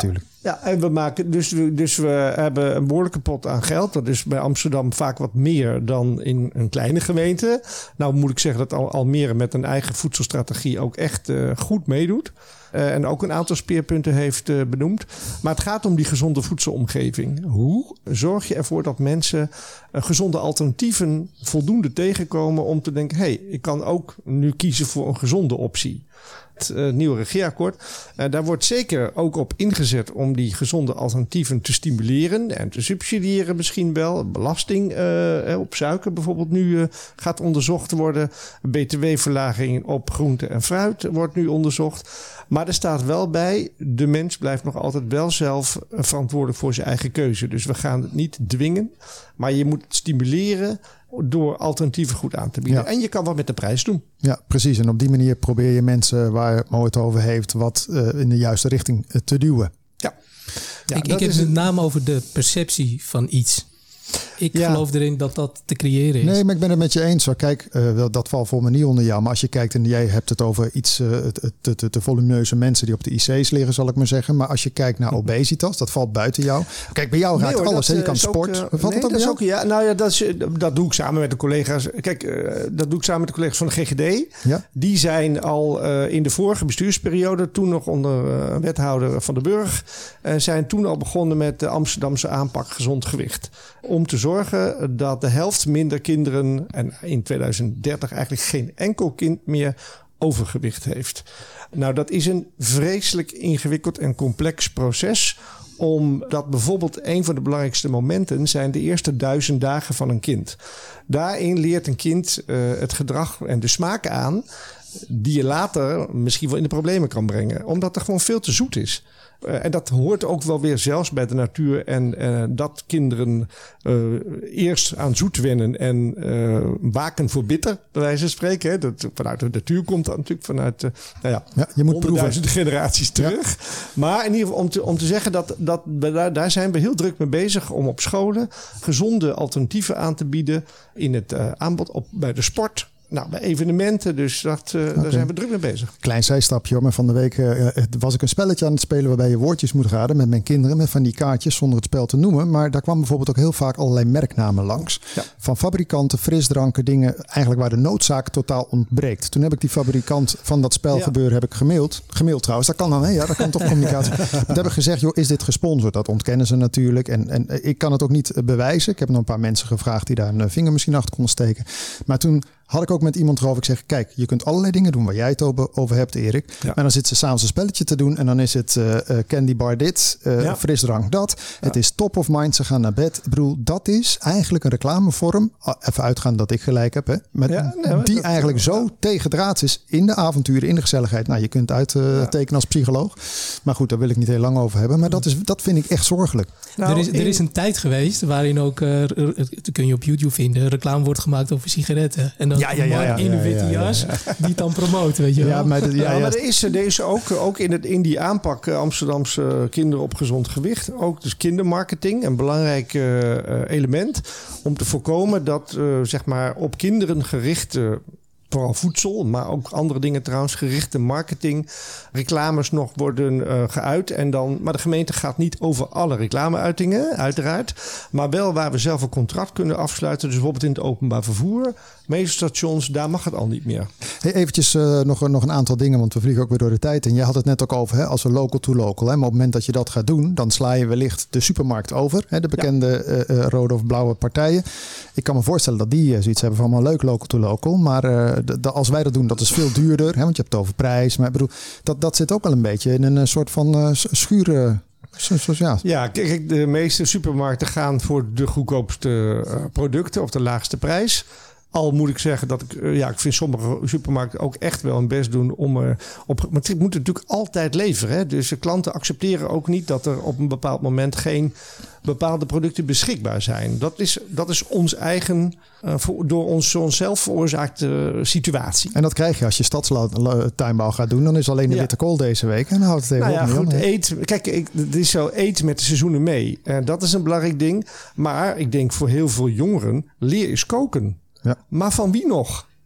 Ja, en we maken dus, dus we hebben een behoorlijke pot aan geld. Dat is bij Amsterdam vaak wat meer dan in een kleine gemeente. Nou moet ik zeggen dat Al- Almere met een eigen voedselstrategie ook echt uh, goed meedoet. Uh, en ook een aantal speerpunten heeft uh, benoemd. Maar het gaat om die gezonde voedselomgeving. Hoe zorg je ervoor dat mensen uh, gezonde alternatieven voldoende tegenkomen om te denken, hé, hey, ik kan ook nu kiezen voor een gezonde optie. Het uh, nieuwe regeerakkoord. Uh, daar wordt zeker ook op ingezet om die gezonde alternatieven te stimuleren en te subsidiëren misschien wel. Belasting uh, op suiker bijvoorbeeld nu uh, gaat onderzocht worden. B T W-verlaging op groente en fruit wordt nu onderzocht. Maar er staat wel bij, de mens blijft nog altijd wel zelf verantwoordelijk voor zijn eigen keuze. Dus we gaan het niet dwingen, maar je moet het stimuleren door alternatieven goed aan te bieden. Ja. En je kan wat met de prijs doen.
Ja, precies. En op die manier probeer je mensen waar Mo het over heeft wat uh, in de juiste richting uh, te duwen.
Ja. ja
ik ik heb het met name over de perceptie van iets. Ik ja. geloof erin dat dat te creëren is.
Nee, maar ik ben het met je eens. Hoor. Kijk, uh, dat valt voor me niet onder jou. Maar als je kijkt en jij hebt het over iets uh, te, te, te volumeuze mensen die op de I C's liggen, zal ik maar zeggen. Maar als je kijkt naar obesitas, dat valt buiten jou. Kijk, bij jou raakt nee, hoor, alles. Dat, je kan sport. Ook, uh,
valt nee,
dat
dat
bij
ook, ja, nou ja, dat, is, dat doe ik samen met de collega's. Kijk, uh, dat doe ik samen met de collega's van de G G D. Ja? Die zijn al uh, in de vorige bestuursperiode, toen nog onder uh, wethouder Van den Burg, uh, zijn toen al begonnen met de Amsterdamse aanpak gezond gewicht. Om te zorgen dat de helft minder kinderen en in tweeduizend dertig eigenlijk geen enkel kind meer overgewicht heeft. Nou, dat is een vreselijk ingewikkeld en complex proces. Omdat bijvoorbeeld een van de belangrijkste momenten zijn de eerste duizend dagen van een kind. Daarin leert een kind uh, het gedrag en de smaak aan die je later misschien wel in de problemen kan brengen. Omdat er gewoon veel te zoet is. Uh, en dat hoort ook wel weer zelfs bij de natuur. En uh, dat kinderen uh, eerst aan zoet wennen en uh, waken voor bitter, bij wijze van spreken. Hè. Dat, vanuit de natuur komt dat natuurlijk vanuit uh, nou ja,
ja, je moet
honderdduizenden generaties terug. Ja. Maar in ieder geval om te, om te zeggen dat, dat daar, daar zijn we heel druk mee bezig om op scholen gezonde alternatieven aan te bieden in het uh, aanbod op, bij de sport. Nou, bij evenementen, dus dat, uh, okay. daar zijn we druk mee bezig. Klein
zijstapje hoor, maar van de week uh, was ik een spelletje aan het spelen waarbij je woordjes moet raden met mijn kinderen, met van die kaartjes zonder het spel te noemen. Maar daar kwam bijvoorbeeld ook heel vaak allerlei merknamen langs. Ja. Van fabrikanten, frisdranken, dingen eigenlijk waar de noodzaak totaal ontbreekt. Toen heb ik die fabrikant van dat spelgebeuren ja. heb ik gemaild. Gemaild trouwens, dat kan dan, hè? Ja, dat kan toch communicatie. Toen heb ik gezegd, joh, is dit gesponsord? Dat ontkennen ze natuurlijk. En, en ik kan het ook niet bewijzen. Ik heb nog een paar mensen gevraagd die daar een vinger misschien achter konden steken. Maar toen had ik ook met iemand erover. Ik zeg, kijk, je kunt allerlei dingen doen waar jij het over hebt, Erik. Ja. Maar dan zit ze s'avonds een spelletje te doen. En dan is het uh, candy bar dit, uh, ja. frisdrank dat. Ja. Het is top of mind, ze gaan naar bed. Ik bedoel, dat is eigenlijk een reclamevorm. Even uitgaan dat ik gelijk heb. Hè, met, ja, nee, die dat, eigenlijk zo ja. tegendraads is in de avonturen, in de gezelligheid. Nou, je kunt uittekenen uh, ja. als psycholoog. Maar goed, daar wil ik niet heel lang over hebben. Maar dat, is, dat vind ik echt zorgelijk.
Nou, er, is, er is een tijd geweest waarin ook, uh, dat kun je op YouTube vinden, reclame wordt gemaakt over sigaretten. En dan
Ja, ja, ja, ja,
in een witte jas ja, ja, ja. die het dan promoten, weet je wel.
Ja, maar, de, ja, ja, maar er is, er is ook, ook in, het, in die aanpak uh, Amsterdamse kinderen op gezond gewicht, ook dus kindermarketing, een belangrijk uh, element om te voorkomen dat uh, zeg maar op kinderen gerichte, vooral voedsel, maar ook andere dingen trouwens, gerichte marketing, reclames nog worden uh, geuit. En dan, maar de gemeente gaat niet over alle reclameuitingen, uiteraard. Maar wel waar we zelf een contract kunnen afsluiten. Dus bijvoorbeeld in het openbaar vervoer, metrostations, daar mag het al niet meer.
Hey, eventjes uh, nog, nog een aantal dingen, want we vliegen ook weer door de tijd. En jij had het net ook over, hè, als we local to local. Hè, maar op het moment dat je dat gaat doen, dan sla je wellicht de supermarkt over. Hè, de bekende ja. uh, rode of blauwe partijen. Ik kan me voorstellen dat die uh, zoiets hebben van allemaal leuk local to local. Maar uh, de, de, als wij dat doen, dat is veel duurder. Hè, want je hebt het over prijs. Maar ik bedoel, dat, dat zit ook wel een beetje in een uh, soort van uh, schuren. Zo, zo, ja.
ja, kijk, de meeste supermarkten gaan voor de goedkoopste uh, producten of de laagste prijs. Al moet ik zeggen dat ik, uh, ja, ik vind sommige supermarkten ook echt wel hun best doen om uh, op. Maar het moet natuurlijk altijd leveren. Hè? Dus de klanten accepteren ook niet dat er op een bepaald moment geen bepaalde producten beschikbaar zijn. Dat is, dat is ons eigen, uh, voor, door ons onszelf veroorzaakte uh, situatie.
En dat krijg je als je stadstuinbouw gaat doen. Dan is alleen de ja. witte kool deze week. En dan houdt het even
nou ja,
op.
Goed, eet, kijk, ik, het is zo, eet met de seizoenen mee. Uh, dat is een belangrijk ding. Maar ik denk voor heel veel jongeren, leer eens koken. Ja. Maar van wie nog?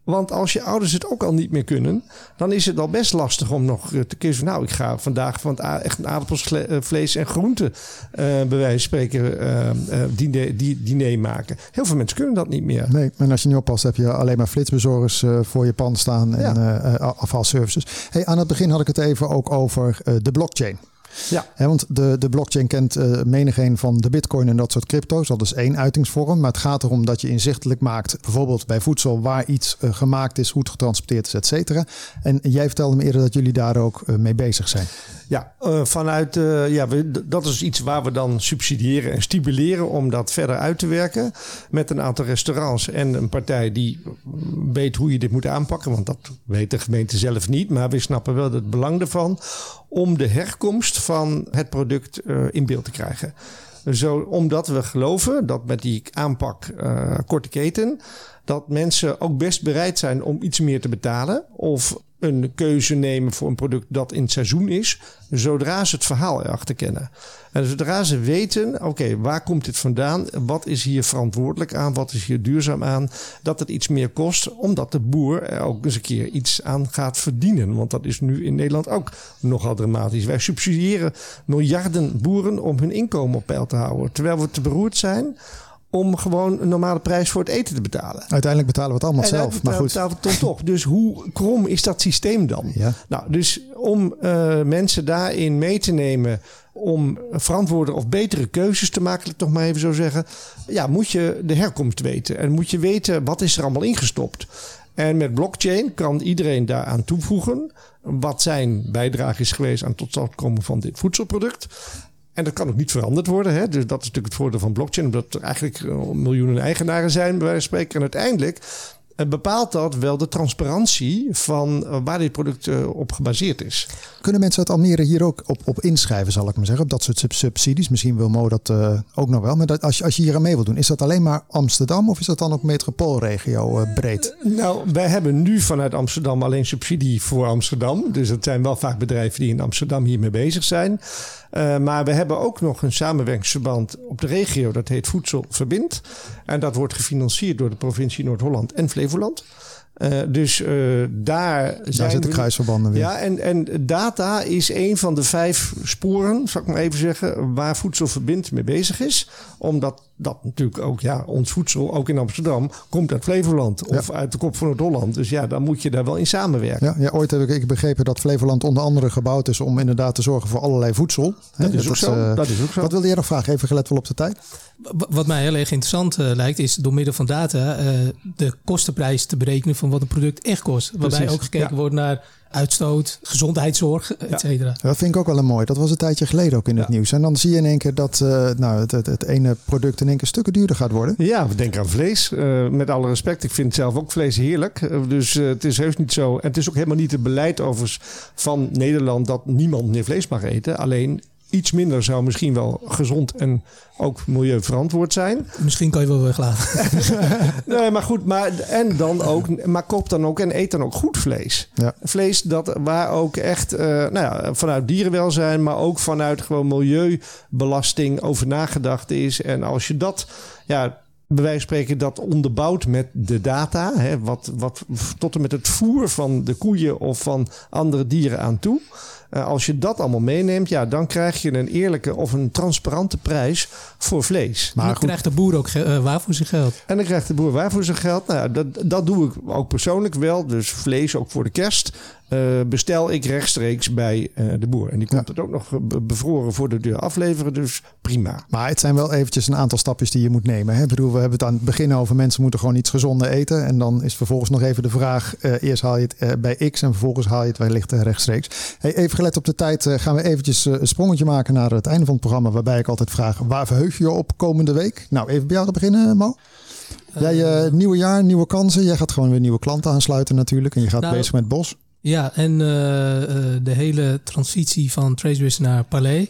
Want als je ouders het ook al niet meer kunnen, dan is het al best lastig om nog te kiezen. Nou, ik ga vandaag van het a- echt een aardappels, en groenten, uh, bij wijze van spreken, uh, uh, diner, diner maken. Heel veel mensen kunnen dat niet meer.
Nee, en als je niet oppast, heb je alleen maar flitsbezorgers uh, voor je pand staan en
Ja.
uh, afvalservices. Hey, aan het begin had ik het even ook over uh, de blockchain.
Ja.
He, want de, de blockchain kent uh, menigeen van de bitcoin en dat soort crypto's. Dat is één uitingsvorm. Maar het gaat erom dat je inzichtelijk maakt, bijvoorbeeld bij voedsel, waar iets uh, gemaakt is, hoe het getransporteerd is, et cetera. En jij vertelde me eerder dat jullie daar ook uh, mee bezig zijn.
Ja, uh, vanuit, uh, ja, we, dat is iets waar we dan subsidiëren en stimuleren om dat verder uit te werken. Met een aantal restaurants en een partij die weet hoe je dit moet aanpakken. Want dat weet de gemeente zelf niet. Maar we snappen wel het belang ervan om de herkomst van het product uh, in beeld te krijgen. Zo, omdat we geloven dat met die aanpak uh, korte keten, dat mensen ook best bereid zijn om iets meer te betalen. Of een keuze nemen voor een product dat in het seizoen is, zodra ze het verhaal erachter kennen. En zodra ze weten, oké, okay, waar komt dit vandaan? Wat is hier verantwoordelijk aan? Wat is hier duurzaam aan? Dat het iets meer kost, omdat de boer er ook eens een keer iets aan gaat verdienen. Want dat is nu in Nederland ook nogal dramatisch. Wij subsidiëren miljarden boeren om hun inkomen op peil te houden. Terwijl we te beroerd zijn om gewoon een normale prijs voor het eten te betalen.
Uiteindelijk betalen we het allemaal
en
zelf. Maar goed.
Betalen we het toch. Dus hoe krom is dat systeem dan?
Ja.
Nou, dus om uh, mensen daarin mee te nemen, om verantwoorde of betere keuzes te maken, ik toch maar even zo zeggen, ja, moet je de herkomst weten. En moet je weten, wat is er allemaal ingestopt. En met blockchain kan iedereen daaraan toevoegen wat zijn bijdrage is geweest aan het tot stand komen van dit voedselproduct. En dat kan ook niet veranderd worden. Hè? Dus dat is natuurlijk het voordeel van blockchain. Omdat er eigenlijk miljoenen eigenaren zijn, bij wijze van spreken. En uiteindelijk bepaalt dat wel de transparantie van waar dit product op gebaseerd is.
Kunnen mensen uit Almere hier ook op, op inschrijven, zal ik maar zeggen? Op dat soort subsidies. Misschien wil Mo dat uh, ook nog wel. Maar dat, als, je, als je hier aan mee wil doen, is dat alleen maar Amsterdam of is dat dan ook metropoolregio uh, breed?
Uh, nou, wij hebben nu vanuit Amsterdam alleen subsidie voor Amsterdam. Dus dat zijn wel vaak bedrijven die in Amsterdam hiermee bezig zijn. Uh, maar we hebben ook nog een samenwerkingsverband op de regio. Dat heet Voedsel Verbindt. En dat wordt gefinancierd door de provincie Noord-Holland en Flevoland. Uh, dus uh, daar,
daar
zijn
zitten
we,
kruisverbanden weer.
Ja, en, en data is een van de vijf sporen, zal ik maar even zeggen, waar Voedsel Verbindt mee bezig is. Omdat dat natuurlijk ook, ja, ons voedsel, ook in Amsterdam, komt uit Flevoland of ja. uit de kop van Noord-Holland. Dus ja, dan moet je daar wel in samenwerken.
Ja, ja, ooit heb ik, ik begrepen dat Flevoland onder andere gebouwd is om inderdaad te zorgen voor allerlei voedsel.
Dat,
He,
is, ook zo. Uh, dat is ook zo.
Wat wilde jij nog vragen? Even gelet wel op de tijd.
Wat mij heel erg interessant uh, lijkt, is door middel van data uh, de kostenprijs te berekenen van wat een product echt kost. Waarbij Precies, ook gekeken ja. wordt naar uitstoot, gezondheidszorg, et cetera.
Ja, dat vind ik ook wel een mooi. Dat was een tijdje geleden ook in het ja. nieuws. En dan zie je in één keer dat uh, nou, het, het, het ene product in één keer stukken duurder gaat worden.
Ja, we denken aan vlees. Uh, met alle respect, ik vind zelf ook vlees heerlijk. Uh, dus uh, het is heus niet zo. En het is ook helemaal niet het beleid overigens van Nederland dat niemand meer vlees mag eten. Alleen iets minder zou misschien wel gezond en ook milieuverantwoord zijn.
Misschien kan je wel weglaten.
Nee, maar goed. Maar, en dan ook, maar koop dan ook en eet dan ook goed vlees. Ja. Vlees dat, waar ook echt uh, nou ja, vanuit dierenwelzijn, maar ook vanuit gewoon milieubelasting over nagedacht is. En als je dat, ja, bij wijze van spreken dat onderbouwt met de data. Hè, wat, wat, tot en met het voer van de koeien of van andere dieren aan toe. Uh, als je dat allemaal meeneemt, ja, dan krijg je een eerlijke of een transparante prijs voor vlees.
Maar dan krijgt de boer ook uh, waar voor zijn geld.
En dan krijgt de boer waar voor zijn geld. Nou, dat, dat doe ik ook persoonlijk wel. Dus vlees ook voor de kerst. Uh, bestel ik rechtstreeks bij uh, de boer. En die komt ja. het ook nog bevroren voor de deur afleveren. Dus prima.
Maar het zijn wel eventjes een aantal stapjes die je moet nemen. Hè? Ik bedoel, we hebben het aan het begin over mensen moeten gewoon iets gezonder eten. En dan is vervolgens nog even de vraag. Uh, eerst haal je het uh, bij X en vervolgens haal je het wellicht uh, rechtstreeks. Hey, even gelet op de tijd uh, gaan we eventjes uh, een sprongetje maken naar het einde van het programma. Waarbij ik altijd vraag, waar verheug je je op komende week? Nou, even bij jou te beginnen, Mo. Jij, uh, nieuwe jaar, nieuwe kansen. Jij gaat gewoon weer nieuwe klanten aansluiten natuurlijk. En je gaat nou, bezig met Bos.
Ja, en uh, uh, de hele transitie van TraceWiz naar Palais.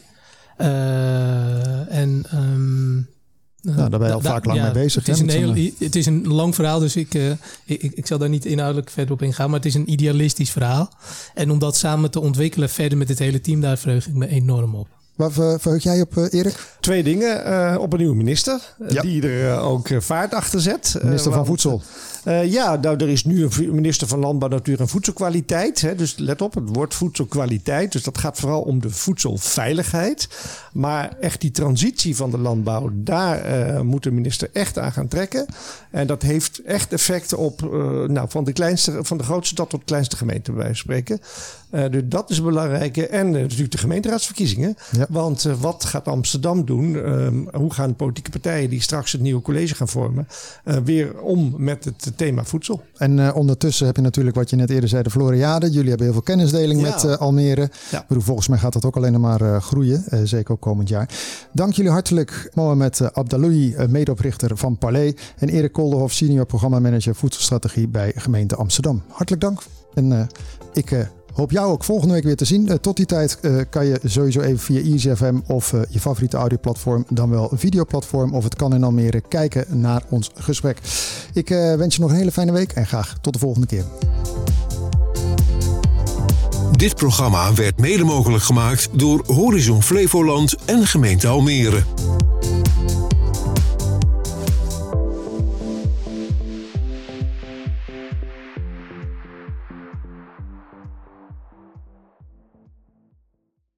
Uh, en um,
uh, nou, daar ben je al da, vaak lang ja, mee bezig.
Het is,
hè,
een heel, het is een lang verhaal, dus ik, uh, ik, ik zal daar niet inhoudelijk verder op ingaan. Maar het is een idealistisch verhaal. En om dat samen te ontwikkelen verder met het hele team, daar verheug ik me enorm op.
Waar verheug jij op, uh, Erik?
Twee dingen. Uh, op een nieuwe minister.
Ja.
Die er uh, ook uh, vaart achter zet.
Minister
uh,
van Voedsel.
Uh, ja, nou, er is nu een minister van Landbouw, Natuur en Voedselkwaliteit. Hè, dus let op, het woord voedselkwaliteit. Dus dat gaat vooral om de voedselveiligheid. Maar echt die transitie van de landbouw, daar uh, moet de minister echt aan gaan trekken. En dat heeft echt effecten op uh, nou, van, de kleinste, van de grootste stad tot de kleinste gemeente, bij wijze van spreken. Uh, dus dat is belangrijk. En uh, natuurlijk de gemeenteraadsverkiezingen. Ja. Want uh, wat gaat Amsterdam doen? Uh, hoe gaan politieke partijen die straks het nieuwe college gaan vormen uh, weer om met het thema voedsel?
En uh, ondertussen heb je natuurlijk wat je net eerder zei, de Floriade. Jullie hebben heel veel kennisdeling ja. met uh, Almere. Ja. Bedoel, volgens mij gaat dat ook alleen nog maar uh, groeien. Uh, zeker ook komend jaar. Dank jullie hartelijk. Mohamed uh, Abdaloui, uh, medeoprichter van Parley. En Erik Kolderhof, senior programmamanager voedselstrategie bij gemeente Amsterdam. Hartelijk dank. En uh, ik... Uh, hoop jou ook volgende week weer te zien. Uh, tot die tijd uh, kan je sowieso even via Easy F M of uh, je favoriete audioplatform, dan wel een videoplatform, of het kan in Almere, kijken naar ons gesprek. Ik uh, wens je nog een hele fijne week en graag tot de volgende keer.
Dit programma werd mede mogelijk gemaakt door Horizon Flevoland en gemeente Almere.